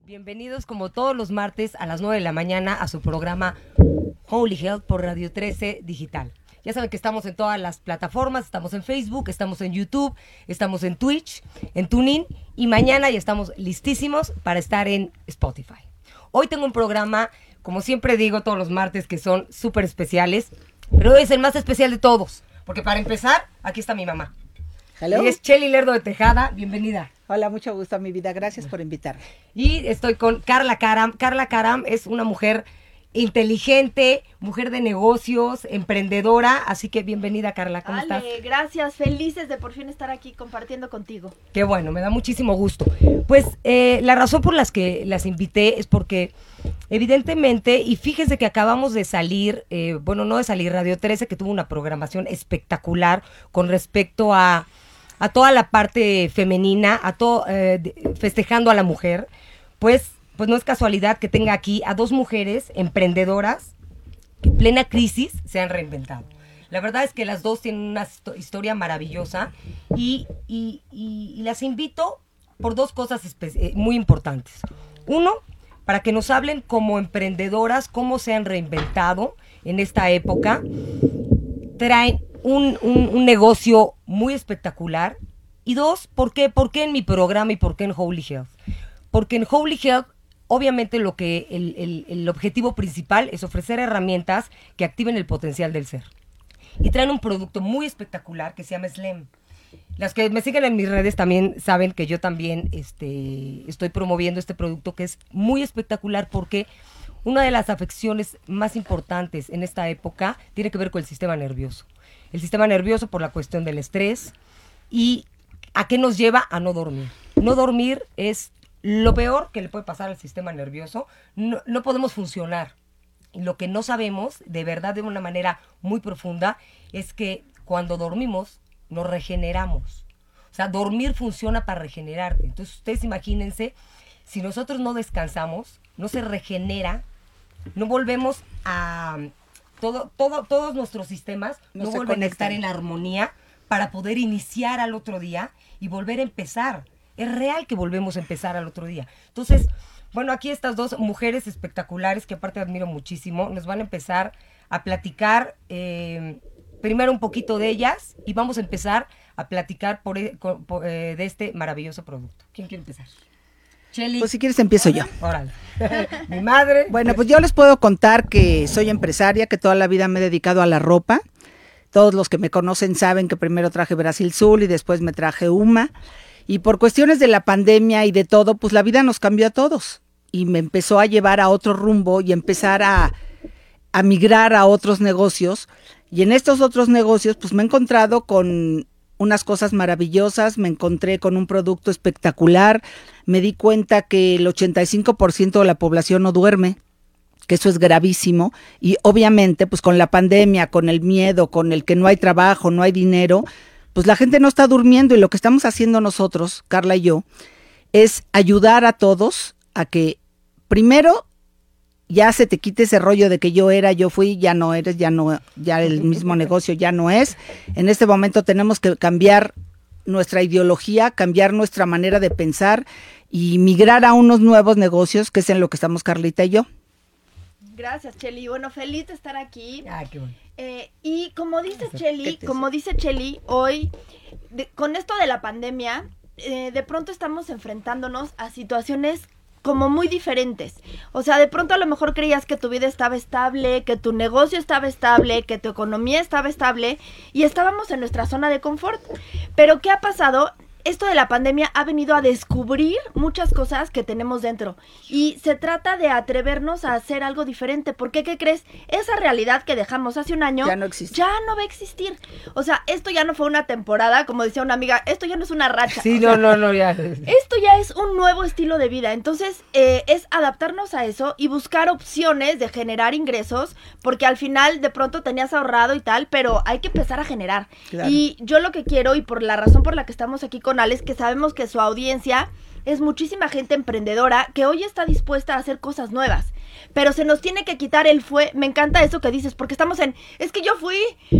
Bienvenidos como todos los martes a las 9 de la mañana a su programa Holy Health por Radio 13 Digital. Ya saben que estamos en todas las plataformas, estamos en Facebook, estamos en YouTube, estamos en Twitch, en TuneIn y mañana ya estamos listísimos para estar en Spotify. Hoy tengo un programa, como siempre digo todos los martes, que son súper especiales, pero hoy es el más especial de todos, porque para empezar, aquí está mi mamá. Hello. Ella es Chely Lerdo de Tejada, bienvenida. Hola, mucho gusto, mi vida. Gracias por invitarme. Y estoy con Carla Caram. Carla Caram es una mujer inteligente, mujer de negocios, emprendedora. Así que bienvenida, Carla. ¿Cómo estás? Gracias. Felices de por fin estar aquí compartiendo contigo. Qué bueno, me da muchísimo gusto. Pues la razón por las que las invité es porque evidentemente, y fíjense que acabamos de salir, no de salir, Radio 13, que tuvo una programación espectacular con respecto a toda la parte femenina, festejando a la mujer, pues no es casualidad que tenga aquí a dos mujeres emprendedoras que en plena crisis se han reinventado. La verdad es que las dos tienen una historia maravillosa y las invito por dos cosas muy importantes. Uno, para que nos hablen como emprendedoras, cómo se han reinventado en esta época. Traen un negocio muy espectacular. Y dos, ¿por qué en mi programa y por qué en Holy Health? Porque en Holy Health, obviamente el objetivo principal es ofrecer herramientas que activen el potencial del ser. Y traen un producto muy espectacular que se llama SLEM. Las que me siguen en mis redes también saben que yo también estoy promoviendo este producto que es muy espectacular porque una de las afecciones más importantes en esta época tiene que ver con el sistema nervioso. El sistema nervioso por la cuestión del estrés y ¿a qué nos lleva? A no dormir. No dormir es lo peor que le puede pasar al sistema nervioso. No podemos funcionar. Y lo que no sabemos, de verdad, de una manera muy profunda, es que cuando dormimos, nos regeneramos. O sea, dormir funciona para regenerarte. Entonces, ustedes imagínense, si nosotros no descansamos, no se regenera, no volvemos a... todos nuestros sistemas no vuelven a estar en armonía para poder iniciar al otro día y volver a empezar. Es real que volvemos a empezar al otro día. Entonces, bueno, aquí estas dos mujeres espectaculares, que aparte admiro muchísimo, nos van a empezar a platicar primero un poquito de ellas y vamos a empezar a platicar de este maravilloso producto. ¿Quién quiere empezar? Chely. Pues si quieres empiezo yo. Órale. Mi madre. Bueno, pues yo les puedo contar que soy empresaria, que toda la vida me he dedicado a la ropa. Todos los que me conocen saben que primero traje Brasil Sul y después me traje Uma. Y por cuestiones de la pandemia y de todo, pues la vida nos cambió a todos. Y me empezó a llevar a otro rumbo y empezar a migrar a otros negocios. Y en estos otros negocios, pues me he encontrado con unas cosas maravillosas, me encontré con un producto espectacular, me di cuenta que el 85% de la población no duerme, que eso es gravísimo, y obviamente pues con la pandemia, con el miedo, con el que no hay trabajo, no hay dinero, pues la gente no está durmiendo, y lo que estamos haciendo nosotros, Carla y yo, es ayudar a todos a que primero ya se te quite ese rollo de que yo fui, ya no eres, ya el mismo negocio ya no es. En este momento tenemos que cambiar nuestra ideología, cambiar nuestra manera de pensar y migrar a unos nuevos negocios, que es en lo que estamos Carlita y yo. Gracias, Chely. Bueno, feliz de estar aquí. Qué bueno. Y como dice Chely, hoy, con esto de la pandemia, de pronto estamos enfrentándonos a situaciones como muy diferentes. O sea, de pronto a lo mejor creías que tu vida estaba estable, que tu negocio estaba estable, que tu economía estaba estable y estábamos en nuestra zona de confort. Pero ¿qué ha pasado? Esto de la pandemia ha venido a descubrir muchas cosas que tenemos dentro y se trata de atrevernos a hacer algo diferente, porque ¿qué crees? Esa realidad que dejamos hace un año ya no existe. Ya no va a existir. O sea, esto ya no fue una temporada, como decía una amiga, esto ya no es una racha. Sí, no, ya. Esto ya es un nuevo estilo de vida, entonces es adaptarnos a eso y buscar opciones de generar ingresos, porque al final de pronto tenías ahorrado y tal, pero hay que empezar a generar. Claro. Y yo lo que quiero, y por la razón por la que estamos aquí con Ale, es que sabemos que su audiencia es muchísima gente emprendedora que hoy está dispuesta a hacer cosas nuevas, pero se nos tiene que quitar me encanta eso que dices, porque estamos es que yo fui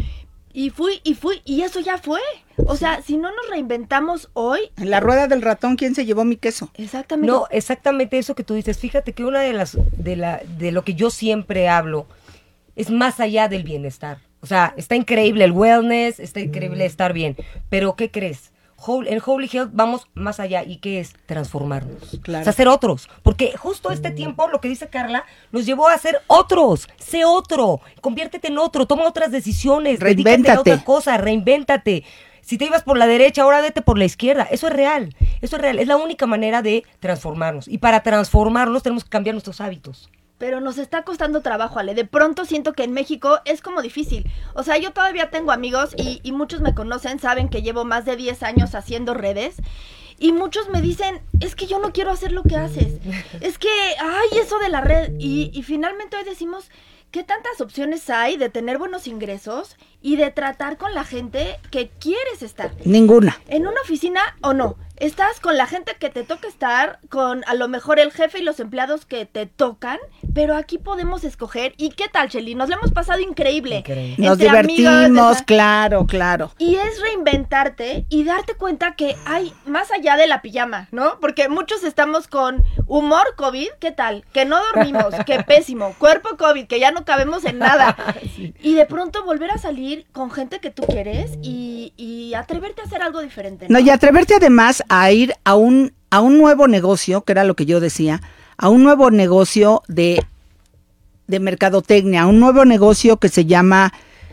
Y fui, y eso ya fue. O sea, si no nos reinventamos hoy... En la rueda del ratón, ¿quién se llevó mi queso? Exactamente. No, exactamente eso que tú dices. Fíjate que una de lo que yo siempre hablo es más allá del bienestar. O sea, está increíble el wellness, está increíble estar bien, pero ¿qué crees? En Holy Health vamos más allá. ¿Y qué es? Transformarnos. Claro. O sea, ser otros. Porque justo este tiempo, lo que dice Carla, nos llevó a ser otros. Sé otro. Conviértete en otro. Toma otras decisiones. Dedícate a Reinvéntate. otra cosa. Reinvéntate. Si te ibas por la derecha, ahora vete por la izquierda. Eso es real. Eso es real. Es la única manera de transformarnos. Y para transformarnos tenemos que cambiar nuestros hábitos. Pero nos está costando trabajo, Ale. De pronto siento que en México es como difícil. O sea, yo todavía tengo amigos y muchos me conocen, saben que llevo más de 10 años haciendo redes. Y muchos me dicen, es que yo no quiero hacer lo que haces. Es que, ay, eso de la red. Y finalmente hoy decimos, ¿qué tantas opciones hay de tener buenos ingresos y de tratar con la gente que quieres estar? Ninguna. En una oficina o no. Estás con la gente que te toca estar, con a lo mejor el jefe y los empleados que te tocan, pero aquí podemos escoger. ¿Y qué tal, Chely? Nos lo hemos pasado increíble. Nos Entre divertimos, amigos, claro, claro. y es reinventarte y darte cuenta que hay más allá de la pijama, ¿no? Porque muchos estamos con humor COVID, ¿qué tal? Que no dormimos, que pésimo, cuerpo COVID, que ya no cabemos en nada. Sí. Y de pronto volver a salir con gente que tú quieres y atreverte a hacer algo diferente, ¿no? No, y atreverte además a ir a un nuevo negocio, que era lo que yo decía, a un nuevo negocio de mercadotecnia, a un nuevo negocio que se llama,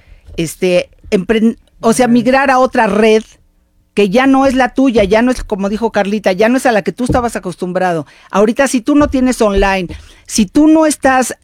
migrar a otra red que ya no es la tuya, ya no es, como dijo Carlita, ya no es a la que tú estabas acostumbrado. Ahorita, si tú no tienes online, si tú no estás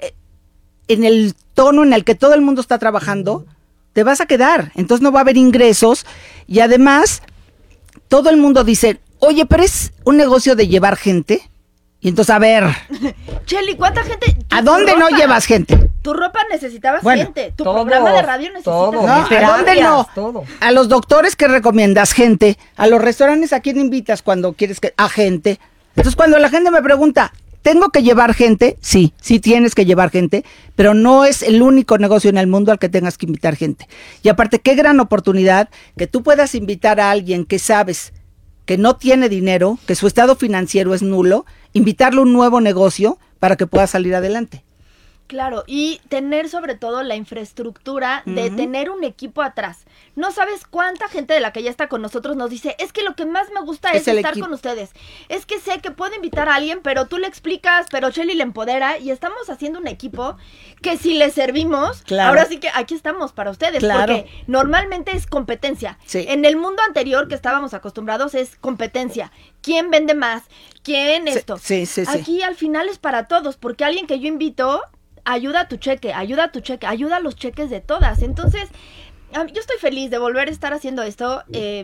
en el tono en el que todo el mundo está trabajando, te vas a quedar. Entonces no va a haber ingresos y además todo el mundo dice, oye, pero es un negocio de llevar gente. Y entonces, a ver. Chely, ¿cuánta gente? ¿A dónde no llevas gente? Tu ropa necesitaba gente. Tu todo, programa de radio necesita todo, gente. ¿A dónde no? Todo. A los doctores que recomiendas gente. A los restaurantes, ¿a quién invitas cuando quieres que? A gente. Entonces, cuando la gente me pregunta, ¿tengo que llevar gente? Sí, sí tienes que llevar gente, pero no es el único negocio en el mundo al que tengas que invitar gente. Y aparte, qué gran oportunidad que tú puedas invitar a alguien que sabes que no tiene dinero, que su estado financiero es nulo, invitarle a un nuevo negocio para que pueda salir adelante. Claro, y tener sobre todo la infraestructura de tener un equipo atrás. No sabes cuánta gente de la que ya está con nosotros nos dice, es que lo que más me gusta es estar con ustedes. Es que sé que puedo invitar a alguien, pero tú le explicas, pero Chely le empodera y estamos haciendo un equipo que si le servimos, ahora sí que aquí estamos para ustedes, porque normalmente es competencia. Sí. En el mundo anterior que estábamos acostumbrados es competencia. ¿Quién vende más? ¿Quién esto? Sí. Aquí al final es para todos, porque alguien que yo invito ayuda a tu cheque, ayuda a los cheques de todas. Entonces, yo estoy feliz de volver a estar haciendo esto,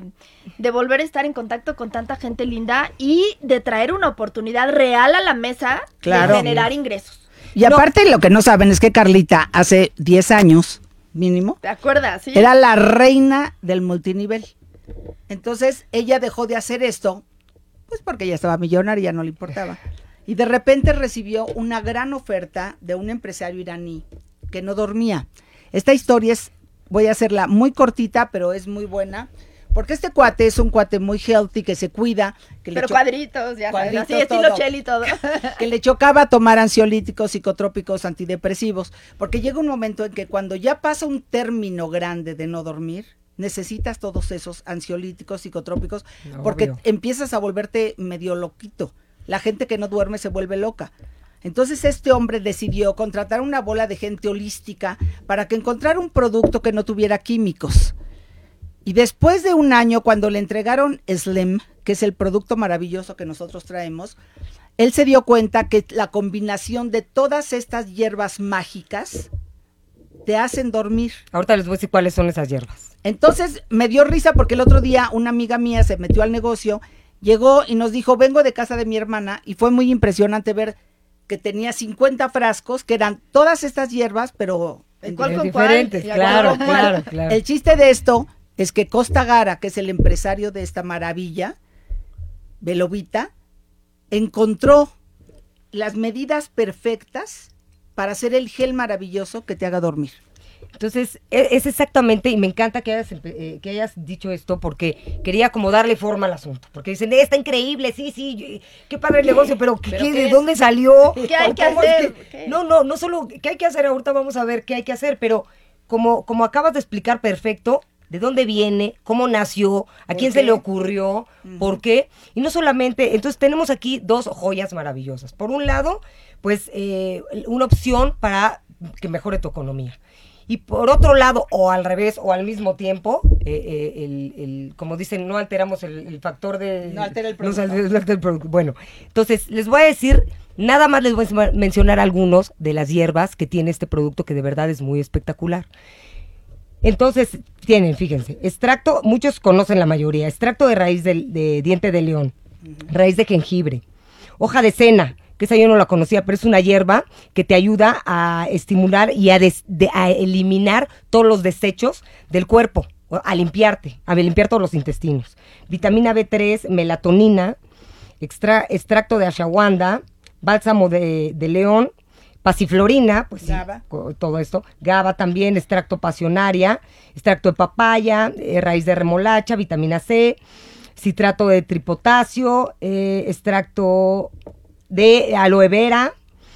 de volver a estar en contacto con tanta gente linda y de traer una oportunidad real a la mesa de generar ingresos. Y aparte lo que no saben es que Carlita hace 10 años mínimo, ¿te acuerdas? Sí. Era la reina del multinivel. Entonces ella dejó de hacer esto, pues porque ella estaba millonaria, ya no le importaba. Y de repente recibió una gran oferta de un empresario iraní que no dormía. Esta historia voy a hacerla muy cortita, pero es muy buena, porque este cuate es un cuate muy healthy, que se cuida. Pero cuadritos, ya sabes, así estilo Chely todo. Que le chocaba tomar ansiolíticos, psicotrópicos, antidepresivos, porque llega un momento en que cuando ya pasa un término grande de no dormir, necesitas todos esos ansiolíticos, psicotrópicos, porque empiezas a volverte medio loquito. La gente que no duerme se vuelve loca. Entonces este hombre decidió contratar una bola de gente holística para que encontrara un producto que no tuviera químicos. Y después de un año, cuando le entregaron Slim, que es el producto maravilloso que nosotros traemos, él se dio cuenta que la combinación de todas estas hierbas mágicas te hacen dormir. Ahorita les voy a decir cuáles son esas hierbas. Entonces me dio risa porque el otro día una amiga mía se metió al negocio, llegó y nos dijo, vengo de casa de mi hermana, y fue muy impresionante ver que tenía 50 frascos, que eran todas estas hierbas, pero diferentes. Claro. El chiste de esto es que Costa Gara, que es el empresario de esta maravilla, Belovita, encontró las medidas perfectas para hacer el gel maravilloso que te haga dormir. Entonces, es exactamente, y me encanta que hayas dicho esto, porque quería como darle forma al asunto. Porque dicen, está increíble, sí, qué padre el negocio, pero ¿de dónde salió? ¿Qué hay que hacer? No solo qué hay que hacer, ahorita vamos a ver qué hay que hacer, pero como acabas de explicar perfecto, de dónde viene, cómo nació, a quién se le ocurrió, por qué. Y no solamente, entonces tenemos aquí dos joyas maravillosas. Por un lado, pues una opción para que mejore tu economía. Y por otro lado, o al revés, o al mismo tiempo, como dicen, no alteramos el factor de... No altera el producto. No altera el producto. Bueno, entonces les voy a decir, nada más les voy a mencionar algunos de las hierbas que tiene este producto que de verdad es muy espectacular. Entonces, tienen, fíjense, extracto, muchos conocen la mayoría, extracto de raíz de diente de león, raíz de jengibre, hoja de cena, que esa yo no la conocía, pero es una hierba que te ayuda a estimular y a eliminar todos los desechos del cuerpo, a limpiar todos los intestinos. Vitamina B3, melatonina, extracto de ashwagandha, bálsamo de león, pasiflorina, pues GABA. Sí, todo esto, GABA también, extracto pasionaria, extracto de papaya, raíz de remolacha, vitamina C, citrato de tripotasio, extracto de aloe vera,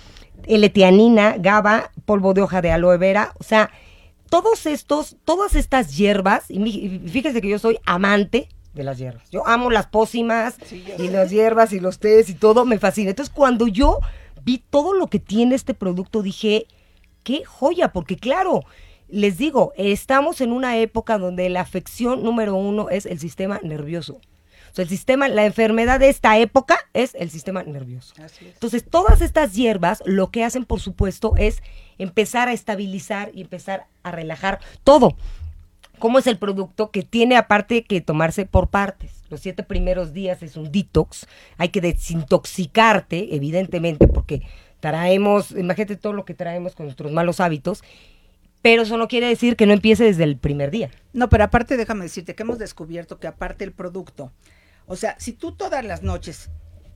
L-teanina, GABA, polvo de hoja de aloe vera, o sea, todas estas hierbas, y fíjense que yo soy amante de las hierbas, yo amo las pócimas, y las hierbas y los tés y todo, me fascina. Entonces cuando yo vi todo lo que tiene este producto, dije, qué joya, porque claro, les digo, estamos en una época donde la afección número 1 es el sistema nervioso. O sea, la enfermedad de esta época es el sistema nervioso. Así es. Entonces, todas estas hierbas lo que hacen, por supuesto, es empezar a estabilizar y empezar a relajar todo. ¿Cómo es el producto? Que tiene aparte que tomarse por partes. Los 7 primeros días es un detox. Hay que desintoxicarte, evidentemente, porque imagínate todo lo que traemos con nuestros malos hábitos. Pero eso no quiere decir que no empiece desde el primer día. No, pero aparte déjame decirte que hemos descubierto que aparte el producto, o sea, si tú todas las noches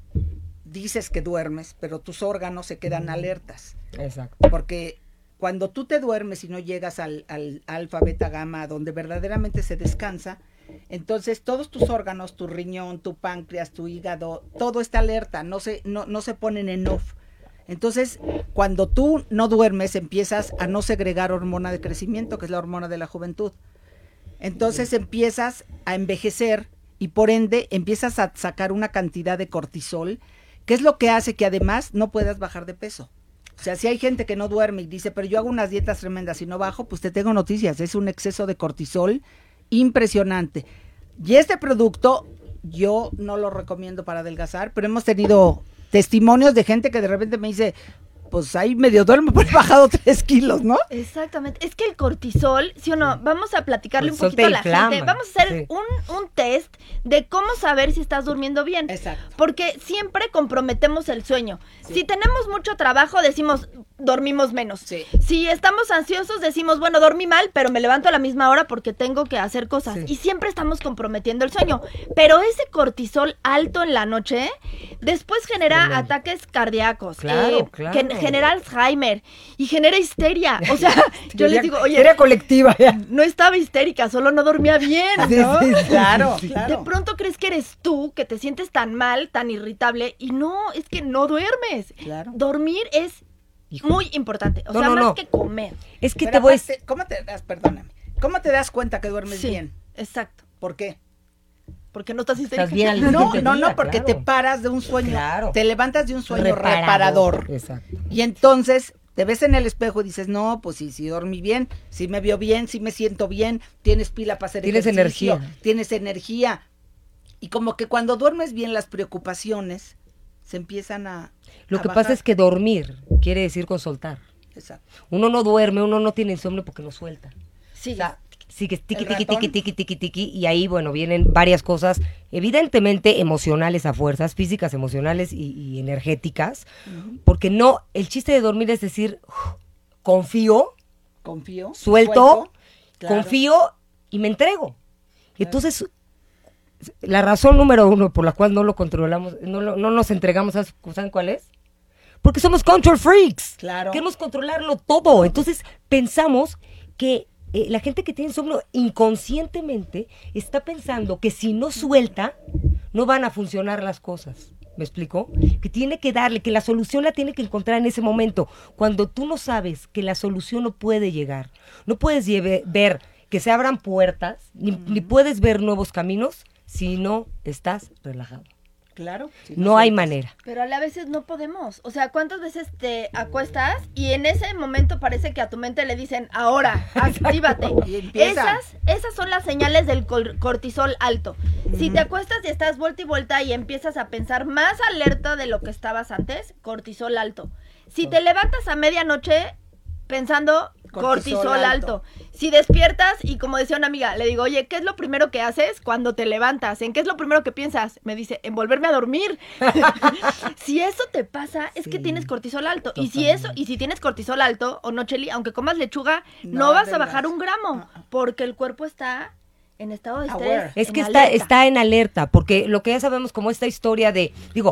dices que duermes, pero tus órganos se quedan alertas. Exacto. Porque cuando tú te duermes y no llegas al alfa, beta, gamma, donde verdaderamente se descansa, entonces todos tus órganos, tu riñón, tu páncreas, tu hígado, todo está alerta, no se ponen en off. Entonces, cuando tú no duermes, empiezas a no segregar hormona de crecimiento, que es la hormona de la juventud. Entonces empiezas a envejecer y por ende empiezas a sacar una cantidad de cortisol, que es lo que hace que además no puedas bajar de peso. O sea, si hay gente que no duerme y dice, pero yo hago unas dietas tremendas y no bajo, pues te tengo noticias, es un exceso de cortisol impresionante. Y este producto yo no lo recomiendo para adelgazar, pero hemos tenido testimonios de gente que de repente me dice, pues ahí medio duermo, pero he bajado 3 kilos, ¿no? Exactamente. Es que el cortisol, ¿sí o no? Vamos a platicarle un poquito a la gente. Vamos a hacer un test de cómo saber si estás durmiendo bien. Exacto. Porque siempre comprometemos el sueño. Sí. Si tenemos mucho trabajo, decimos, dormimos menos. Sí. Si estamos ansiosos, decimos, bueno, dormí mal, pero me levanto a la misma hora porque tengo que hacer cosas. Sí. Y siempre estamos comprometiendo el sueño. Pero ese cortisol alto en la noche, después genera ataques cardíacos. Claro. Genera Alzheimer y genera histeria. O sea, yo les digo, oye, histeria colectiva. No estaba histérica, solo no dormía bien, ¿no? Sí, claro. De pronto crees que eres tú, que te sientes tan mal, tan irritable, y no, es que no duermes. Claro. Dormir es muy importante, más que comer. Es que pero te voy ¿cómo te das cuenta que duermes bien? Exacto. ¿Por qué? Porque no estás histérica. Estás bien No, porque te paras de un sueño, te levantas de un sueño reparador. Exacto. Y entonces te ves en el espejo y dices, no, pues sí dormí bien, sí me veo bien, sí me siento bien, tienes pila para hacer ejercicio, tienes energía. Y como que cuando duermes bien, las preocupaciones se empiezan a Lo que pasa es que dormir quiere decir con soltar. Exacto. Uno no duerme, uno no tiene insomnio porque no suelta. Sí. O sea, sigue tiqui, y ahí, bueno, vienen varias cosas, evidentemente emocionales a fuerzas, físicas, emocionales y energéticas, porque el chiste de dormir es decir, confío, suelto, claro. Confío y me entrego. Claro. Entonces, la razón número 1 por la cual no lo controlamos, no nos entregamos, ¿saben cuál es? Porque somos control freaks. Claro. Queremos controlarlo todo. Entonces, pensamos que la gente que tiene insomnio inconscientemente está pensando que si no suelta, no van a funcionar las cosas. ¿Me explico? Que tiene que darle, que la solución la tiene que encontrar en ese momento. Cuando tú no sabes que la solución no puede llegar, no puedes ver que se abran puertas, ni puedes ver nuevos caminos si no estás relajado. Claro. Si no hay manera. Pero a la veces no podemos. O sea, ¿cuántas veces te acuestas y en ese momento parece que a tu mente le dicen, ahora, actívate? Y empieza. Esas son las señales del cortisol alto. Si te acuestas y estás vuelta y vuelta y empiezas a pensar más alerta de lo que estabas antes, cortisol alto. Si te levantas a medianoche pensando cortisol alto. Si despiertas y como decía una amiga, le digo, oye, ¿qué es lo primero que haces cuando te levantas? ¿En qué es lo primero que piensas? Me dice, en volverme a dormir. Si eso te pasa, es que tienes cortisol alto. Totalmente. Y si tienes cortisol alto, o no, Cheli, aunque comas lechuga, no vas a bajar un gramo, porque el cuerpo está en estado de estrés. Es que está en alerta, porque lo que ya sabemos como esta historia de,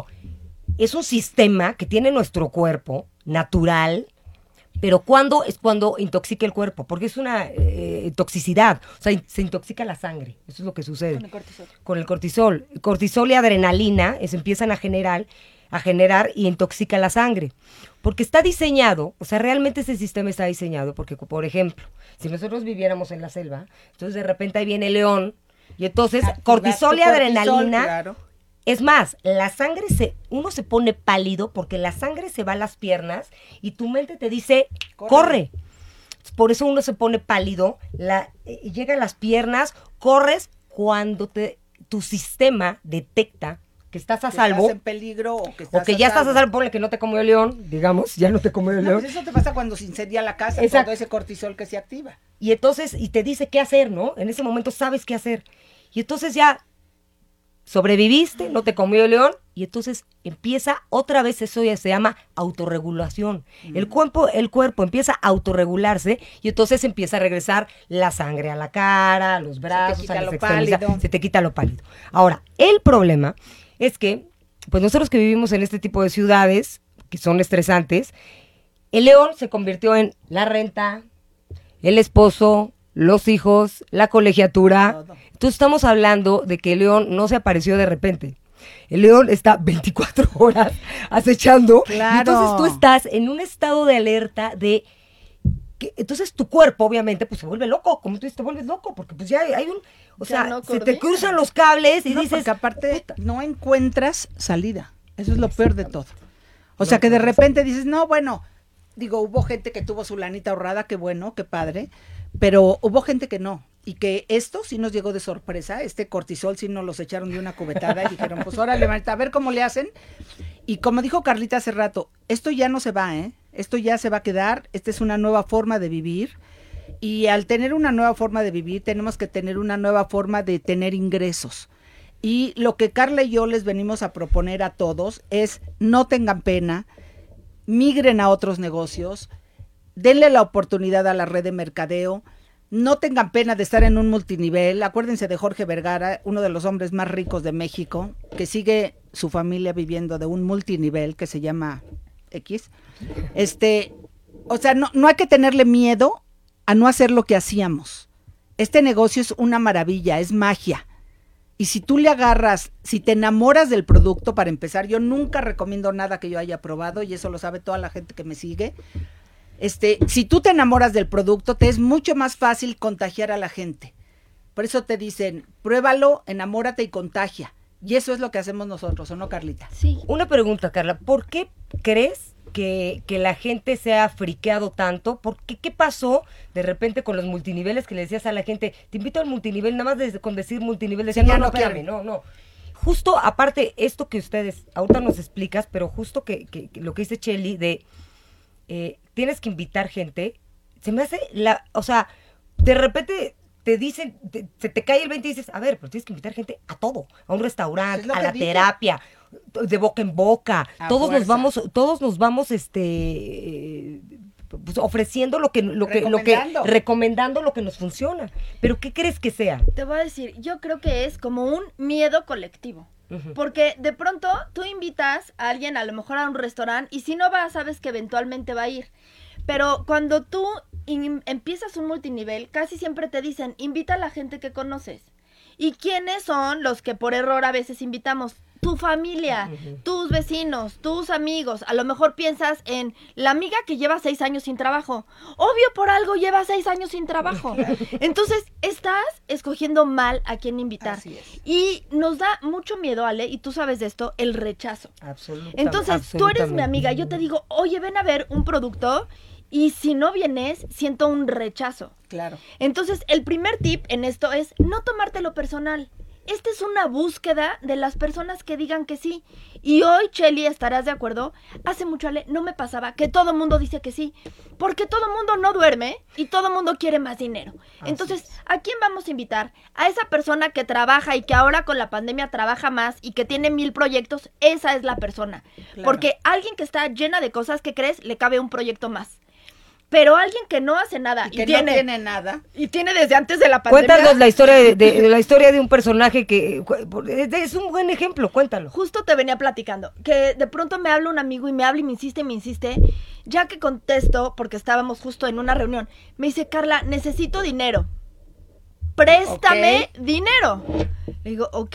es un sistema que tiene nuestro cuerpo natural. Pero ¿cuándo es cuando intoxica el cuerpo? Porque es una toxicidad, o sea, se intoxica la sangre, eso es lo que sucede. Con el cortisol. Con el cortisol. Cortisol y adrenalina se empiezan a generar y intoxica la sangre. Porque está diseñado, o sea, realmente ese sistema está diseñado, porque, por ejemplo, si nosotros viviéramos en la selva, entonces de repente ahí viene el león, y entonces cortisol y adrenalina... Claro. Es más, la sangre uno se pone pálido porque la sangre se va a las piernas y tu mente te dice, corre. Por eso uno se pone pálido, llega a las piernas, corres cuando tu sistema detecta que estás a salvo. Estás en peligro o que ya estás a salvo, ponle que no te comió el león, digamos, ya no te comió el león. Pues eso te pasa cuando se incendia la casa, todo ese cortisol que se activa. Y entonces, y te dice qué hacer, ¿no? En ese momento sabes qué hacer. Y entonces ya... sobreviviste, no te comió el león, y entonces empieza otra vez, eso ya se llama autorregulación. El cuerpo empieza a autorregularse y entonces empieza a regresar la sangre a la cara, a los brazos, a las extremidades, se te quita lo pálido. Ahora, el problema es que, pues nosotros que vivimos en este tipo de ciudades, que son estresantes, el león se convirtió en la renta, el esposo, los hijos, la colegiatura. Entonces estamos hablando de que el león no se apareció de repente. El león está 24 horas acechando. Claro. Y entonces tú estás en un estado de alerta de... entonces tu cuerpo, obviamente, pues se vuelve loco. Como tú dices, te vuelves loco, porque pues ya hay un... O sea, no se te cruzan los cables y dices... Porque aparte no encuentras salida. Eso es lo peor de todo. O sea, que de repente dices, no, bueno... hubo gente que tuvo su lanita ahorrada, qué bueno, qué padre, pero hubo gente que no, y que esto sí nos llegó de sorpresa, este cortisol sí nos los echaron de una cubetada y dijeron, pues órale, Marita, a ver cómo le hacen, y como dijo Carlita hace rato, esto ya no se va, esto ya se va a quedar, esta es una nueva forma de vivir, y al tener una nueva forma de vivir, tenemos que tener una nueva forma de tener ingresos, y lo que Carla y yo les venimos a proponer a todos es, no tengan pena, migren a otros negocios, denle la oportunidad a la red de mercadeo, no tengan pena de estar en un multinivel. Acuérdense de Jorge Vergara, uno de los hombres más ricos de México, que sigue su familia viviendo de un multinivel que se llama X. O sea, no hay que tenerle miedo a no hacer lo que hacíamos. Este negocio es una maravilla, es magia. Y si tú le agarras, si te enamoras del producto, para empezar, yo nunca recomiendo nada que yo haya probado, y eso lo sabe toda la gente que me sigue. Si tú te enamoras del producto, te es mucho más fácil contagiar a la gente. Por eso te dicen, pruébalo, enamórate y contagia. Y eso es lo que hacemos nosotros, ¿o no, Carlita? Sí. Una pregunta, Carla, ¿por qué crees que la gente se ha friqueado tanto? ¿Qué pasó de repente con los multiniveles que le decías a la gente, te invito al multinivel, nada más con decir multinivel, decían, no, espérame, no. Justo, aparte, esto que ustedes, ahorita nos explicas, pero justo que lo que dice Cheli de, tienes que invitar gente, se me hace, o sea, de repente te dicen, se te cae el 20 y dices, a ver, pero tienes que invitar gente a todo, a un restaurante, a la terapia, de boca en boca, todos nos vamos pues, ofreciendo recomendando lo que nos funciona. Pero ¿qué crees que sea? Te voy a decir, yo creo que es como un miedo colectivo. Porque de pronto tú invitas a alguien a lo mejor a un restaurante y si no va, sabes que eventualmente va a ir. Pero cuando tú empiezas un multinivel, casi siempre te dicen, invita a la gente que conoces. ¿Y quiénes son los que por error a veces invitamos? Tu familia, tus vecinos, tus amigos. A lo mejor piensas en la amiga que lleva 6 años sin trabajo. Obvio, por algo lleva 6 años sin trabajo. Entonces, estás escogiendo mal a quién invitar. Así es. Y nos da mucho miedo, Ale, y tú sabes de esto, el rechazo. Absolutamente. Entonces, tú eres mi amiga, yo te digo, oye, ven a ver un producto, y si no vienes, siento un rechazo. Claro. Entonces, el primer tip en esto es no tomártelo personal. Esta es una búsqueda de las personas que digan que sí. Y hoy, Chely, estarás de acuerdo, hace mucho, Ale, no me pasaba que todo mundo dice que sí, porque todo mundo no duerme y todo mundo quiere más dinero. Entonces, ¿a quién vamos a invitar? A esa persona que trabaja y que ahora con la pandemia trabaja más y que tiene 1000 proyectos, esa es la persona. Claro. Porque alguien que está llena de cosas, ¿qué crees? Le cabe un proyecto más. Pero alguien que no hace nada Y que no tiene nada. y tiene desde antes de la pandemia. Cuéntanos la historia de la historia de un personaje que es un buen ejemplo, cuéntalo. Justo te venía platicando, que de pronto me habla un amigo y me habla y me insiste, ya que contesto, porque estábamos justo en una reunión, me dice, Carla, necesito dinero, préstame dinero. Le digo, ok,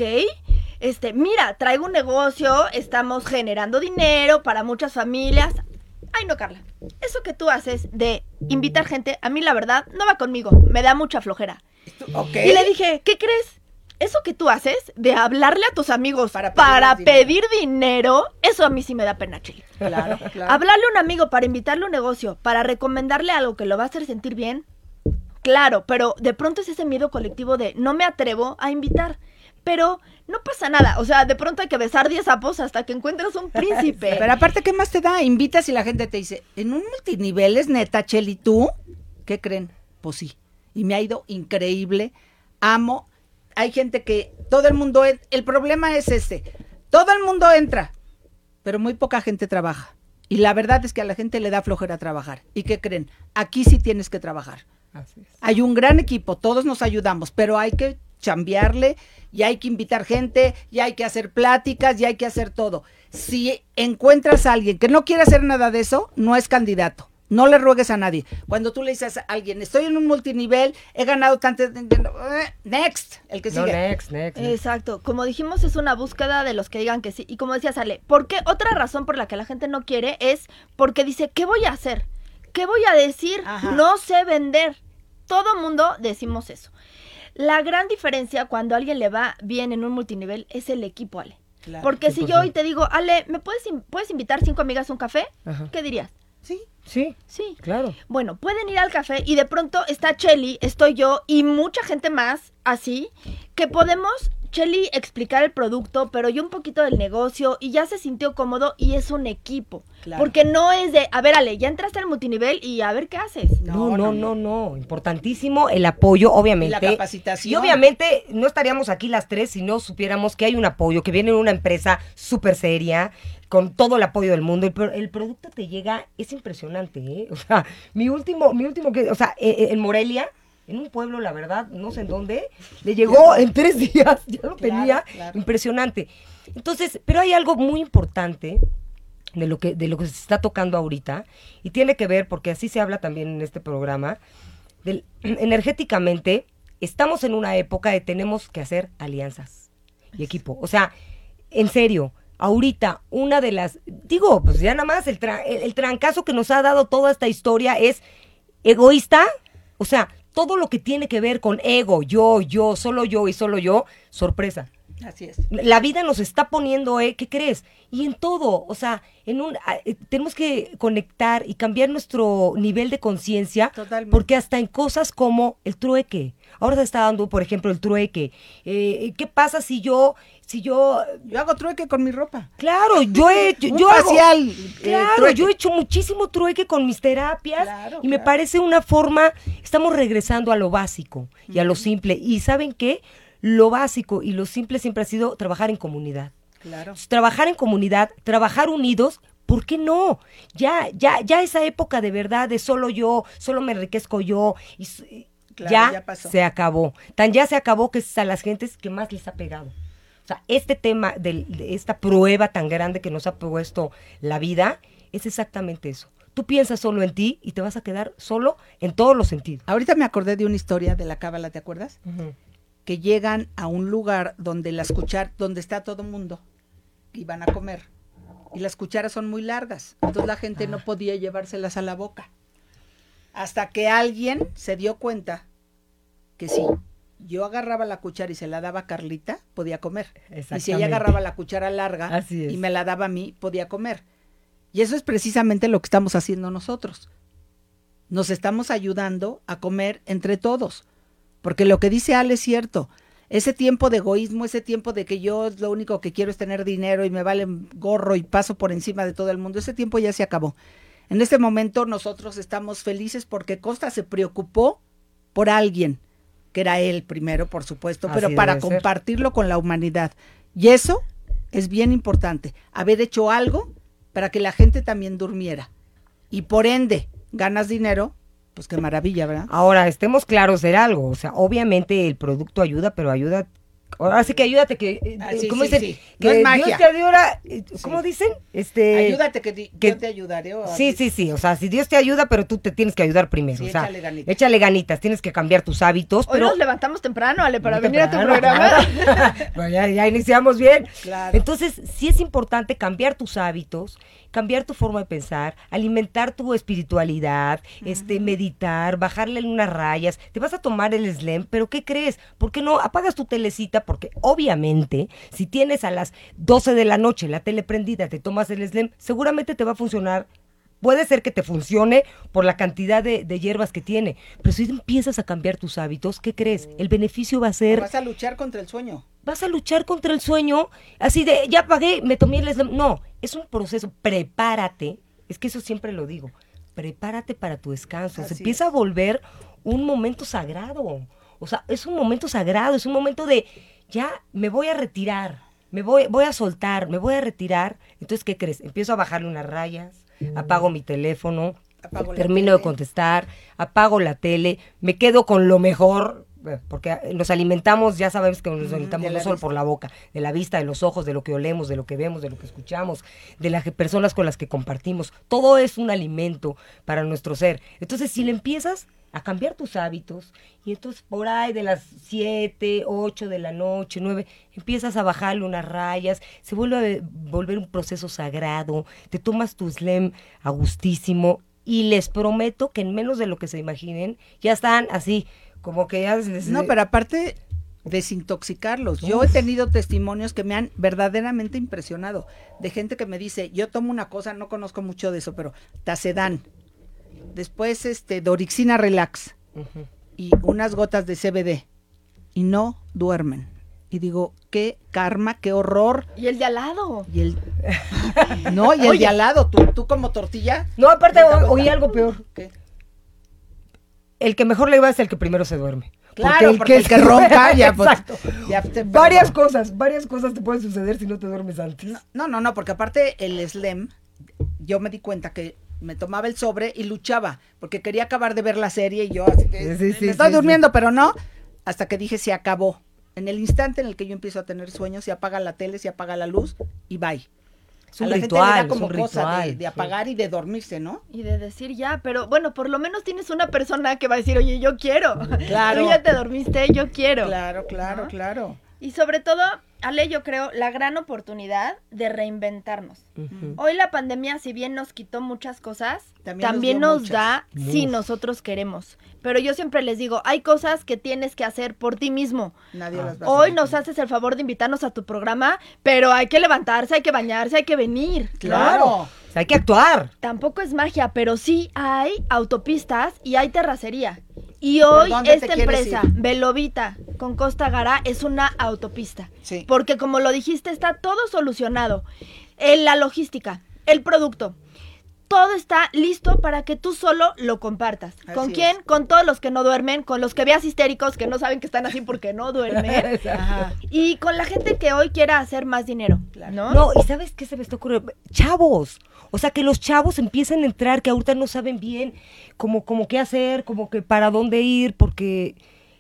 mira, traigo un negocio, estamos generando dinero para muchas familias. Ay, no, Carla, eso que tú haces de invitar gente, a mí la verdad no va conmigo, me da mucha flojera. Okay. Y le dije, ¿qué crees? Eso que tú haces de hablarle a tus amigos Para pedir dinero, eso a mí sí me da pena, Chely. Claro, claro. Hablarle a un amigo para invitarle a un negocio, para recomendarle algo que lo va a hacer sentir bien, claro, pero de pronto es ese miedo colectivo de no me atrevo a invitar. Pero no pasa nada, o sea, de pronto hay que besar 10 sapos hasta que encuentres un príncipe. Pero aparte, ¿qué más te da? Invitas y la gente te dice, en un multinivel es neta, Chely, ¿tú? ¿Qué creen? Pues sí, y me ha ido increíble, amo, hay gente que, todo el mundo, el problema es todo el mundo entra, pero muy poca gente trabaja. Y la verdad es que a la gente le da flojera trabajar. ¿Y qué creen? Aquí sí tienes que trabajar. Así es. Hay un gran equipo, todos nos ayudamos, pero hay que chambearle y hay que invitar gente, y hay que hacer pláticas, y hay que hacer todo. Si encuentras a alguien que no quiere hacer nada de eso, no es candidato. No le ruegues a nadie. Cuando tú le dices a alguien, estoy en un multinivel, he ganado tanto, next, el que sigue. No, next. Exacto, como dijimos, es una búsqueda de los que digan que sí. Y como decía Sale, ¿por qué? Otra razón por la que la gente no quiere es porque dice, ¿qué voy a hacer? ¿Qué voy a decir? Ajá. No sé vender. Todo mundo decimos eso. La gran diferencia cuando a alguien le va bien en un multinivel es el equipo, Ale. Claro. Porque si 100%. yo hoy te digo, Ale, ¿me puedes invitar 5 amigas a un café? Ajá. ¿Qué dirías? Sí. Sí, Sí. claro. Bueno, pueden ir al café y de pronto está Chely, estoy yo y mucha gente más así, que podemos, Chely, explicar el producto, pero yo un poquito del negocio y ya se sintió cómodo y es un equipo. Claro. Porque no es de, a ver, Ale, ya entraste al multinivel y a ver qué haces. No. Importantísimo el apoyo, obviamente. Y la capacitación. Y obviamente no estaríamos aquí las tres si no supiéramos que hay un apoyo, que viene una empresa súper seria, con todo el apoyo del mundo. El producto te llega, es impresionante, ¿eh? O sea, mi último en Morelia, en un pueblo, la verdad, no sé en dónde, le llegó en 3 días, ya lo tenía, claro. Impresionante. Entonces, pero hay algo muy importante de lo que se está tocando ahorita, y tiene que ver, porque así se habla también en este programa, energéticamente, estamos en una época de tenemos que hacer alianzas y equipo. O sea, en serio, ahorita una de las, pues ya nada más el trancazo que nos ha dado toda esta historia es egoísta, o sea, todo lo que tiene que ver con ego, yo y solo yo, sorpresa. Así es. La vida nos está poniendo, ¿qué crees? Y en todo, o sea, tenemos que conectar y cambiar nuestro nivel de conciencia, Totalmente. porque hasta en cosas como el trueque, ahora se está dando, por ejemplo, el trueque. ¿Qué pasa si yo Yo hago trueque con mi ropa. Claro, yo facial, claro, trueque. yo he hecho muchísimo trueque con mis terapias, Claro, y me claro. parece una forma, estamos regresando a lo básico y a lo simple. Y ¿saben qué? Lo básico y lo simple siempre ha sido trabajar en comunidad. Claro. Trabajar en comunidad, trabajar unidos, ¿por qué no? Ya esa época de verdad de solo me enriquezco yo, Claro, ya pasó. se acabó. Ya se acabó que es a las gentes que más les ha pegado. O sea, este tema de esta prueba tan grande que nos ha puesto la vida es exactamente eso. tú piensas solo en ti y te vas a quedar solo en todos los sentidos. Ahorita me acordé de una historia de la cábala, ¿te acuerdas? Que llegan a un lugar donde donde está todo el mundo y van a comer. Y las cucharas son muy largas, entonces la gente no podía llevárselas a la boca. Hasta que alguien se dio cuenta que si yo agarraba la cuchara y se la daba a Carlita, podía comer. Y si ella agarraba la cuchara larga y me la daba a mí, podía comer. Y eso es precisamente lo que estamos haciendo nosotros. Nos estamos ayudando a comer entre todos. Porque lo que dice Ale es cierto. Ese tiempo de egoísmo, ese tiempo de que yo lo único que quiero es tener dinero y me vale gorro y paso por encima de todo el mundo, ese tiempo ya se acabó. En este momento nosotros estamos felices porque Costa se preocupó por alguien, que era él primero, por supuesto, pero para compartirlo con la humanidad. Y eso es bien importante, haber hecho algo para que la gente también durmiera. Y por ende, ganas dinero. Pues qué maravilla, ¿verdad? Ahora, estemos claros de algo, o sea, obviamente el producto ayuda, pero ayuda, ahora sí que ayúdate que, ¿cómo dicen? Sí. Que no es magia. Dios te ayuda, ¿cómo dicen? Ayúdate que yo te ayudaré. Sí, o sea, si Dios te ayuda, pero tú te tienes que ayudar primero, sí, o sea, échale ganitas, tienes que cambiar tus hábitos. Hoy pero nos levantamos temprano, Ale, para venir a tu programa. Bueno, ya iniciamos bien. Claro. Entonces, sí es importante cambiar tus hábitos, cambiar tu forma de pensar, alimentar tu espiritualidad, meditar, bajarle unas rayas. Te vas a tomar el Slim, pero ¿qué crees? ¿Por qué no apagas tu telecita? Porque obviamente, si tienes a las 12 de la noche la tele prendida, te tomas el Slim, seguramente te va a funcionar. Puede ser que te funcione por la cantidad de hierbas que tiene, pero si empiezas a cambiar tus hábitos, ¿qué crees? El beneficio va a ser... Vas a luchar contra el sueño. Vas a luchar contra el sueño, así de, ya pagué, me tomé el Slim. No, es un proceso, prepárate, es que eso siempre lo digo, prepárate para tu descanso, se empieza a volver un momento sagrado, o sea, es un momento sagrado, es un momento de, ya me voy a retirar, voy a soltar, me voy a retirar. Entonces, ¿qué crees? Empiezo a bajarle unas rayas, apago mi teléfono, termino de contestar, apago la tele, me quedo con lo mejor, porque nos alimentamos, ya sabemos que nos alimentamos no solo por la boca, de la vista, de los ojos, de lo que olemos, de lo que vemos, de lo que escuchamos, de las personas con las que compartimos. Todo es un alimento para nuestro ser. Entonces, si le empiezas a cambiar tus hábitos, y entonces por ahí de las 7, 8 de la noche, 9, empiezas a bajarle unas rayas, se vuelve a volver un proceso sagrado, te tomas tu Slim a gustísimo, y les prometo que en menos de lo que se imaginen, ya están así, como que ya... No, pero aparte, desintoxicarlos. Yo he tenido testimonios que me han verdaderamente impresionado, de gente que me dice, yo tomo una cosa, no conozco mucho de eso, pero Tacedán, después Dorixina Relax, y unas gotas de CBD, y no duermen. Y digo, qué karma, qué horror. Y el de al lado. No, y el de al lado, tú como tortilla. No, aparte oí algo peor. ¿Qué? El que mejor le va es el que primero se duerme. Claro, porque el que ronca ya, pues, exacto. Varias cosas te pueden suceder si no te duermes antes. No, porque aparte el Slim, yo me di cuenta que me tomaba el sobre y luchaba, porque quería acabar de ver la serie y yo así me estoy durmiendo, pero no, hasta que dije se acabó. En el instante en el que yo empiezo a tener sueños, se apaga la tele, se apaga la luz y bye. Es un ritual, gente le da como cosa de apagar y de dormirse, ¿no? Y de decir ya, pero bueno, por lo menos tienes una persona que va a decir, oye, yo quiero. Claro. Tú ya te dormiste, yo quiero. Claro. Y sobre todo, Ale, yo creo, la gran oportunidad de reinventarnos. Hoy la pandemia, si bien nos quitó muchas cosas, también nos da si nosotros queremos. Pero yo siempre les digo, hay cosas que tienes que hacer por ti mismo. Nadie las va a Hoy hacer. nos haces el favor de invitarnos a tu programa, pero hay que levantarse, hay que bañarse, hay que venir. Claro. O sea, hay que actuar. Tampoco es magia, pero sí hay autopistas y hay terracería. Y hoy esta empresa, Velovita, con Costa Gara, es una autopista. Sí. Porque como lo dijiste, está todo solucionado. La logística, el producto, todo está listo para que tú solo lo compartas. ¿Con Así quién? es. Con todos los que no duermen, con los que veas histéricos que no saben que están así porque no duermen. Ajá. Y con la gente que hoy quiera hacer más dinero, ¿no? No, ¿y sabes qué se me está ocurriendo? Chavos. O sea, que los chavos empiecen a entrar, que ahorita no saben bien como qué hacer, como que para dónde ir, porque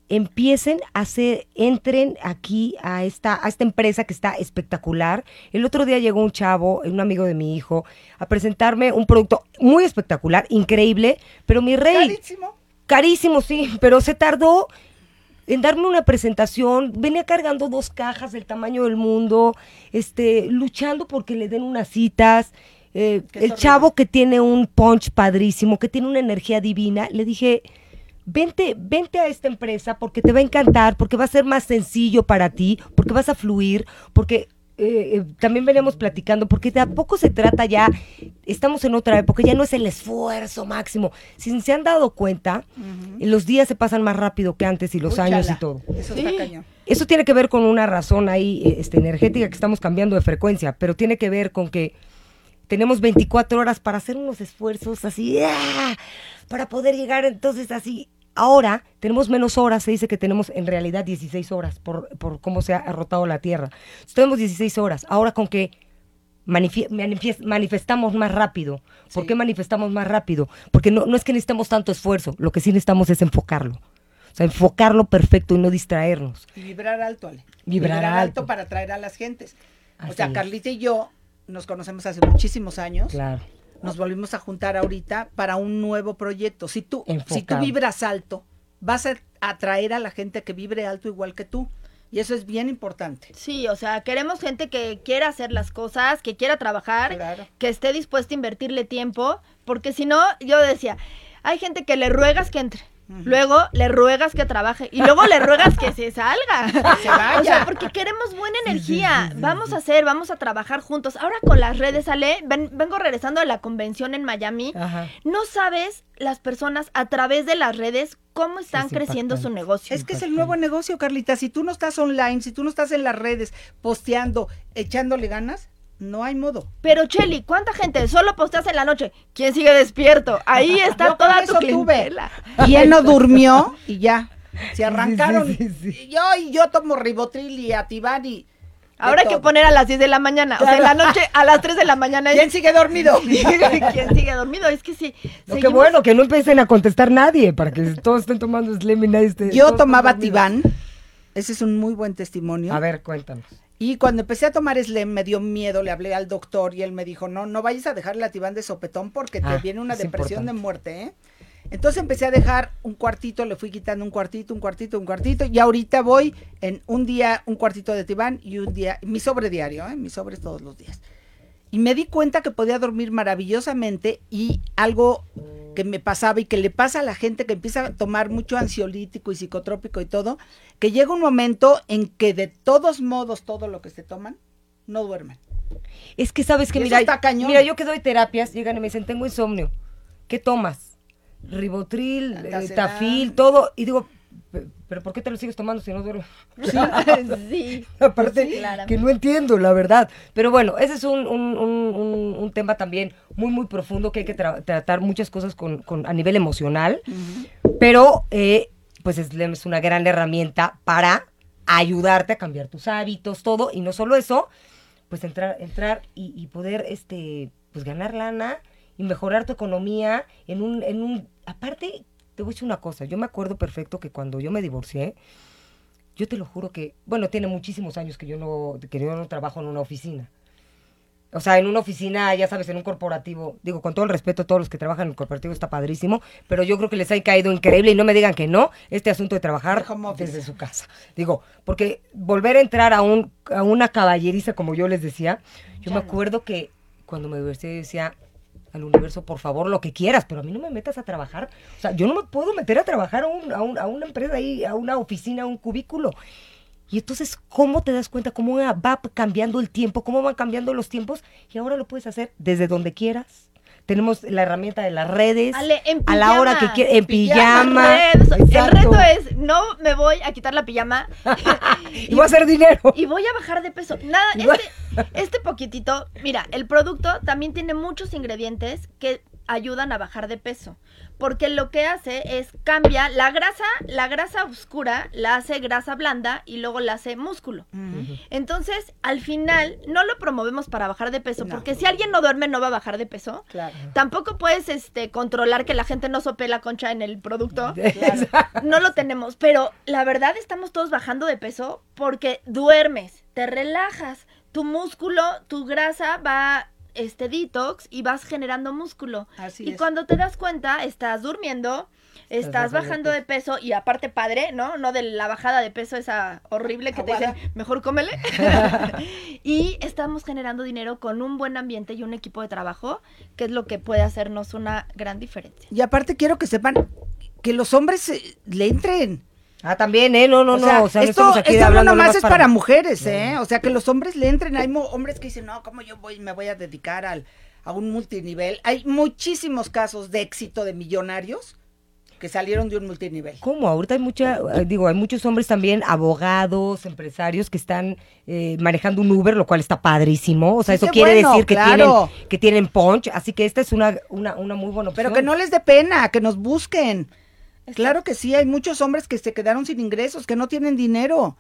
entren aquí a esta empresa que está espectacular. El otro día llegó un chavo, un amigo de mi hijo, a presentarme un producto muy espectacular, increíble, pero mi rey... Carísimo. Carísimo, sí, pero se tardó en darme una presentación. Venía cargando 2 cajas del tamaño del mundo, luchando porque le den unas citas. El chavo que tiene un punch padrísimo, que tiene una energía divina, le dije... Vente a esta empresa porque te va a encantar, porque va a ser más sencillo para ti, porque vas a fluir, porque también veníamos platicando, porque de a poco se trata ya, estamos en otra época, ya no es el esfuerzo máximo. Si se han dado cuenta, los días se pasan más rápido que antes y los años y todo. Eso está cañón. Eso tiene que ver con una razón ahí energética, que estamos cambiando de frecuencia, pero tiene que ver con que tenemos 24 horas para hacer unos esfuerzos así, para poder llegar entonces así. Ahora tenemos menos horas, se dice que tenemos en realidad 16 horas por cómo se ha rotado la Tierra. Entonces, tenemos 16 horas. Ahora con que manifestamos más rápido. ¿Por Sí. qué manifestamos más rápido? Porque no es que necesitemos tanto esfuerzo, lo que sí necesitamos es enfocarlo. O sea, enfocarlo perfecto y no distraernos. Y vibrar alto, Ale. Vibrar alto. para atraer a las gentes. Así O sea, es. Carlita y yo nos conocemos hace muchísimos años. Claro. Nos volvimos a juntar ahorita para un nuevo proyecto. Si tú Enfocado. vibras alto, vas a atraer a la gente que vibre alto igual que tú. Y eso es bien importante. Sí, o sea, queremos gente que quiera hacer las cosas, que quiera trabajar, Claro. que esté dispuesta a invertirle tiempo, porque si no, yo decía, hay gente que le ruegas que entre, luego le ruegas que trabaje y luego le ruegas que se salga. Que se vaya. O sea, porque queremos buena energía. Vamos a trabajar juntos. Ahora con las redes, Ale, vengo regresando de la convención en Miami. Ajá. No sabes las personas a través de las redes cómo están es creciendo su impactante. negocio. Es que es el nuevo negocio, Carlita. Si tú no estás online, si tú no estás en las redes posteando, echándole ganas, no hay modo. Pero Cheli, ¿cuánta gente solo posteas en la noche? ¿Quién sigue despierto? Ahí está Yo con toda eso tu tuve. clientela. ¿Quién no durmió? Y ya. Se arrancaron. Sí. Yo tomo Ribotril y Ativan y... Ahora hay que poner a las 10 de la mañana. O sea, en la noche a las 3 de la mañana. ¿Quién sigue dormido? ¿Quién sigue dormido? Es que sí. No, qué bueno, que no empiecen a contestar nadie, para que todos estén tomando Slim y nadie esté... Yo todos tomaba están dormidos. Ativan. Ese es un muy buen testimonio. A ver, cuéntanos. Y cuando empecé a tomar Slim me dio miedo, le hablé al doctor y él me dijo, no vayas a dejar el Ativan de sopetón porque te viene una es depresión importante. de muerte, ¿eh? Entonces empecé a dejar un cuartito, le fui quitando un cuartito, y ahorita voy en un día un cuartito de Ativan y un día, mi sobre diario, mis sobres todos los días. Y me di cuenta que podía dormir maravillosamente y algo que me pasaba y que le pasa a la gente que empieza a tomar mucho ansiolítico y psicotrópico y todo, que llega un momento en que de todos modos todo lo que se toman, no duermen. Es que sabes que, Y eso mira, está cañón. mira, yo que doy terapias, llegan y me dicen, tengo insomnio. ¿Qué tomas? Ribotril, Antacedán. Tafil, todo. Y digo, ¿pero por qué te lo sigues tomando si no duermes? Sí. Aparte, Sí, claro. que no entiendo, la verdad. Pero bueno, ese es un tema también muy, muy profundo, que hay que tratar muchas cosas a nivel emocional. Pero, pues es una gran herramienta para ayudarte a cambiar tus hábitos, todo. Y no solo eso, pues entrar y poder, pues ganar lana y mejorar tu economía aparte, te voy a decir una cosa, yo me acuerdo perfecto que cuando yo me divorcié, yo te lo juro que, bueno, tiene muchísimos años que yo no trabajo en una oficina. O sea, en una oficina, ya sabes, en un corporativo, digo, con todo el respeto a todos los que trabajan en el corporativo, está padrísimo, pero yo creo que les ha caído increíble y no me digan que no, este asunto de trabajar De home office. desde su casa. Digo, porque volver a entrar a una caballeriza, como yo les decía, yo me acuerdo que cuando me divorcié decía al universo, por favor, lo que quieras, pero a mí no me metas a trabajar. O sea, yo no me puedo meter a trabajar a una empresa ahí, a una oficina, a un cubículo. Y entonces, ¿cómo te das cuenta cómo va cambiando el tiempo, cómo van cambiando los tiempos? Y ahora lo puedes hacer desde donde quieras. Tenemos la herramienta de las redes. Ale, en a la hora que pijama. quieras, en pijama. El Exacto. reto es, no me voy a quitar la pijama Y voy a hacer dinero. y voy a bajar de peso. Nada, este poquitito, mira, el producto también tiene muchos ingredientes que ayudan a bajar de peso, porque lo que hace es cambia la grasa oscura la hace grasa blanda y luego la hace músculo. Entonces, al final no lo promovemos para bajar de peso, porque si alguien no duerme no va a bajar de peso. Claro. Tampoco puedes controlar que la gente no sopee la concha en el producto. Claro. No lo tenemos, pero la verdad estamos todos bajando de peso porque duermes, te relajas, tu músculo, tu grasa va detox y vas generando músculo. Así y es. cuando te das cuenta, estás durmiendo, estás bajando de peso y aparte padre, ¿no? No de la bajada de peso esa horrible que Aguada. te dicen, mejor cómele. Y estamos generando dinero con un buen ambiente y un equipo de trabajo, que es lo que puede hacernos una gran diferencia. Y aparte quiero que sepan que los hombres le entren. Ah, también, no, O sea, no esto no hablando nomás es para mujeres, No. O sea, que los hombres le entren. Hay hombres que dicen, no, ¿cómo me voy a dedicar a un multinivel? Hay muchísimos casos de éxito de millonarios que salieron de un multinivel. ¿Cómo? Ahorita hay muchos hombres también, abogados, empresarios que están manejando un Uber, lo cual está padrísimo. O sea, Sí, eso qué quiere bueno, decir claro. que tienen punch. Así que esta es una muy buena opción. Pero que no les dé pena, que nos busquen. Exacto. Claro que sí, hay muchos hombres que se quedaron sin ingresos, que no tienen dinero.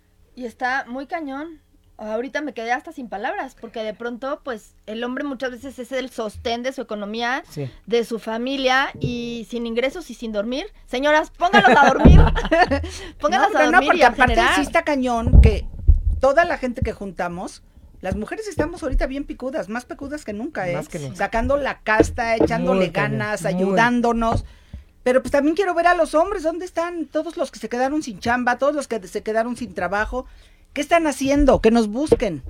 Y está muy cañón. Ahorita me quedé hasta sin palabras, porque de pronto, pues, el hombre muchas veces es el sostén de su economía, Sí. de su familia, y sin ingresos y sin dormir. Señoras, pónganlos a dormir. Pónganlos a dormir porque y a aparte generar. sí está cañón que toda la gente que juntamos, las mujeres estamos ahorita bien picudas, más picudas que nunca, Más que nunca. Sacando la casta, echándole Muy cañón, ganas, muy. ayudándonos. Pero pues también quiero ver a los hombres, ¿dónde están todos los que se quedaron sin chamba, todos los que se quedaron sin trabajo? ¿Qué están haciendo? Que nos busquen.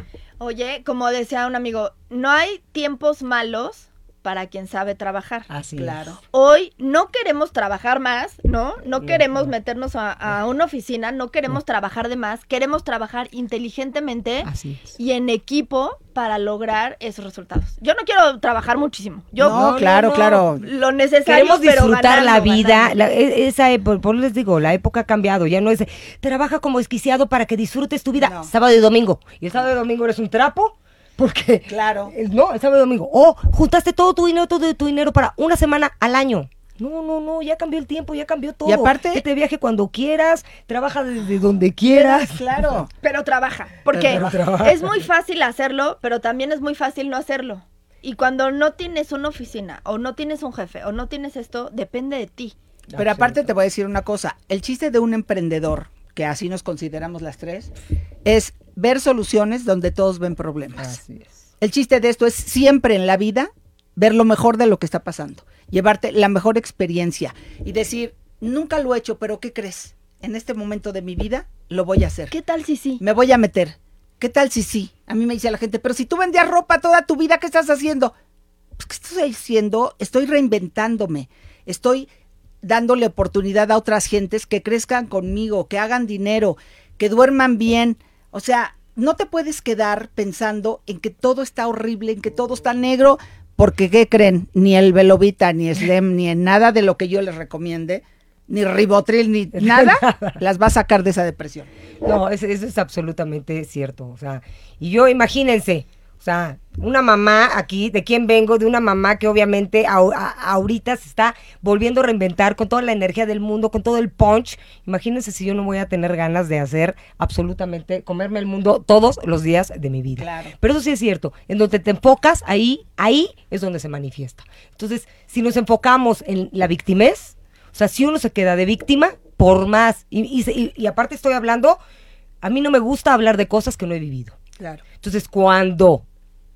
Oye, como decía un amigo, no hay tiempos malos para quien sabe trabajar. Así Claro. es. Hoy no queremos trabajar más, ¿no? No queremos no. meternos a una oficina, no queremos trabajar de más, queremos trabajar inteligentemente Así es. y en equipo para lograr esos resultados. Yo no quiero trabajar muchísimo. Yo No, claro. Lo necesario, Queremos pero disfrutar la ganando, vida. ganando. Por les digo, la época ha cambiado. Ya no es trabaja como desquiciado para que disfrutes tu vida No. sábado y domingo. Y el sábado y domingo eres un trapo. Porque, Claro. no, el sábado y domingo. Juntaste todo tu dinero para una semana al año. No, ya cambió el tiempo, ya cambió todo. Y aparte- que te viaje cuando quieras, trabaja desde donde quieras. Claro. Pero trabaja, porque Pero trabaja. es muy fácil hacerlo, pero también es muy fácil no hacerlo. Y cuando no tienes una oficina, o no tienes un jefe, o no tienes esto, depende de ti. Pero aparte te voy a decir una cosa, el chiste de un emprendedor, que así nos consideramos las tres, es ver soluciones donde todos ven problemas. Así es. El chiste de esto es siempre en la vida ver lo mejor de lo que está pasando, llevarte la mejor experiencia y decir, nunca lo he hecho, pero ¿qué crees? En este momento de mi vida lo voy a hacer. ¿Qué tal si sí? Me voy a meter. ¿Qué tal si sí? A mí me dice la gente, pero si tú vendías ropa toda tu vida, ¿qué estás haciendo? Pues, ¿qué estoy haciendo? Estoy reinventándome. Estoy dándole oportunidad a otras gentes que crezcan conmigo, que hagan dinero, que duerman bien. O sea, no te puedes quedar pensando en que todo está horrible, en que todo está negro, porque ¿qué creen? Ni el Velovita, ni Slem, ni en nada de lo que yo les recomiende, ni Ribotril, ni nada, las va a sacar de esa depresión. No, eso es absolutamente cierto. O sea, y yo, imagínense, o sea, una mamá aquí, ¿de quién vengo? De una mamá que obviamente ahorita se está volviendo a reinventar con toda la energía del mundo, con todo el punch. Imagínense si yo no voy a tener ganas de hacer absolutamente, comerme el mundo todos los días de mi vida. Claro. Pero eso sí es cierto, en donde te enfocas, ahí es donde se manifiesta. Entonces, si nos enfocamos en la victimez, o sea, si uno se queda de víctima, por más, y aparte estoy hablando, a mí no me gusta hablar de cosas que no he vivido. Claro. Entonces, cuando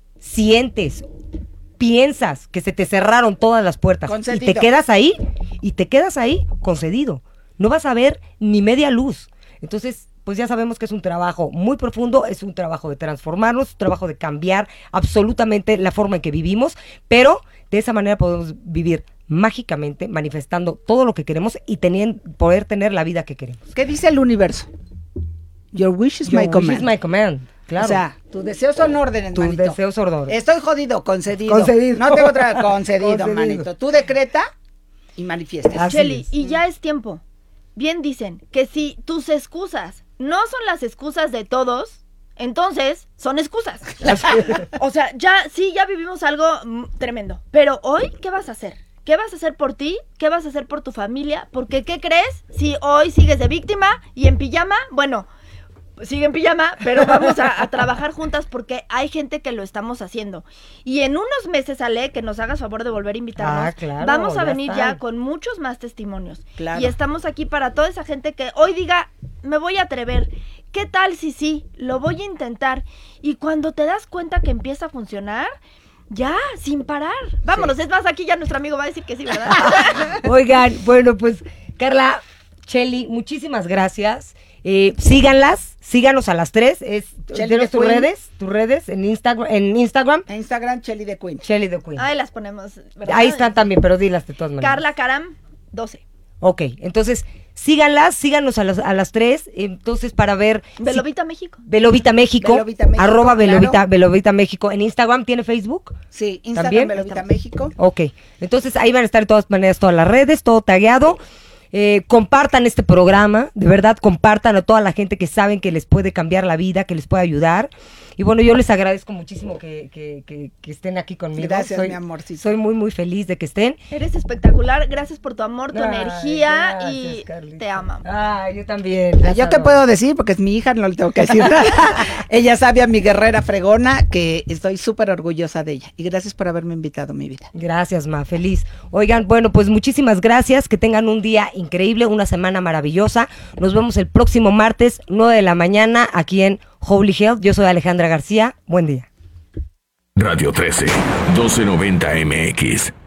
sientes, piensas que se te cerraron todas las puertas Concedido. y te quedas ahí concedido, no vas a ver ni media luz. Entonces, pues ya sabemos que es un trabajo muy profundo, es un trabajo de transformarnos, un trabajo de cambiar absolutamente la forma en que vivimos, pero de esa manera podemos vivir mágicamente, manifestando todo lo que queremos y poder tener la vida que queremos. ¿Qué dice el universo? Your wish is my Your command. wish is my command, claro. O sea, tus deseos son órdenes, Tus manito. deseos son órdenes. Estoy jodido, concedido. Concedido. No tengo otra, concedido, Concedido. manito. Tú decreta y manifiestas. Así Cheli, es. y ya es tiempo. Bien dicen que si tus excusas no son las excusas de todos, Entonces, son excusas. O sea, ya vivimos algo tremendo. Pero hoy, ¿qué vas a hacer? ¿Qué vas a hacer por ti? ¿Qué vas a hacer por tu familia? Porque, ¿qué crees? Si hoy sigues de víctima y en pijama, bueno, sigue en pijama, pero vamos a trabajar juntas porque hay gente que lo estamos haciendo. Y en unos meses, Ale, que nos hagas favor de volver a invitarnos, claro, vamos a venir está. ya con muchos más testimonios. Claro. Y estamos aquí para toda esa gente que hoy diga, me voy a atrever. ¿Qué tal si sí? Lo voy a intentar. Y cuando te das cuenta que empieza a funcionar, ya, sin parar. Vámonos, es más, aquí ya nuestro amigo va a decir que sí, ¿verdad? Oigan, bueno, pues, Carla, Cheli, muchísimas gracias. Síganos a las 3. ¿Tienes tus redes en Instagram? En Instagram, Cheli the Queen. Cheli the Queen. Ahí las ponemos, ¿verdad? Ahí están también, pero dilas de todas maneras. Carla Caram 12. Ok, entonces, síganos a las 3, entonces para ver... Velovita México. Velovita México, Velovita México, arroba Velovita, claro. Velovita México. ¿En Instagram tiene Facebook? Sí, Instagram ¿También? Velovita México. Ok, entonces ahí van a estar de todas maneras todas las redes, todo tagueado. Compartan este programa, de verdad compartan a toda la gente que saben que les puede cambiar la vida, que les puede ayudar. Y bueno, yo les agradezco muchísimo que estén aquí conmigo. Gracias, mi amorcito. Soy muy, muy feliz de que estén. Eres espectacular, gracias por tu amor, tu energía gracias, y Carlita. te amamos. Yo también. las ¿Yo qué adoro. puedo decir? Porque es mi hija, no le tengo que decir nada. Ella sabe a mi guerrera fregona, que estoy súper orgullosa de ella. Y gracias por haberme invitado, mi vida. Gracias, Ma, feliz. Oigan, bueno, pues muchísimas gracias, que tengan un día increíble, una semana maravillosa. Nos vemos el próximo martes, 9 de la mañana, aquí en Holy Health. Yo soy Alejandra García. Buen día. Radio 13, 1290 MX.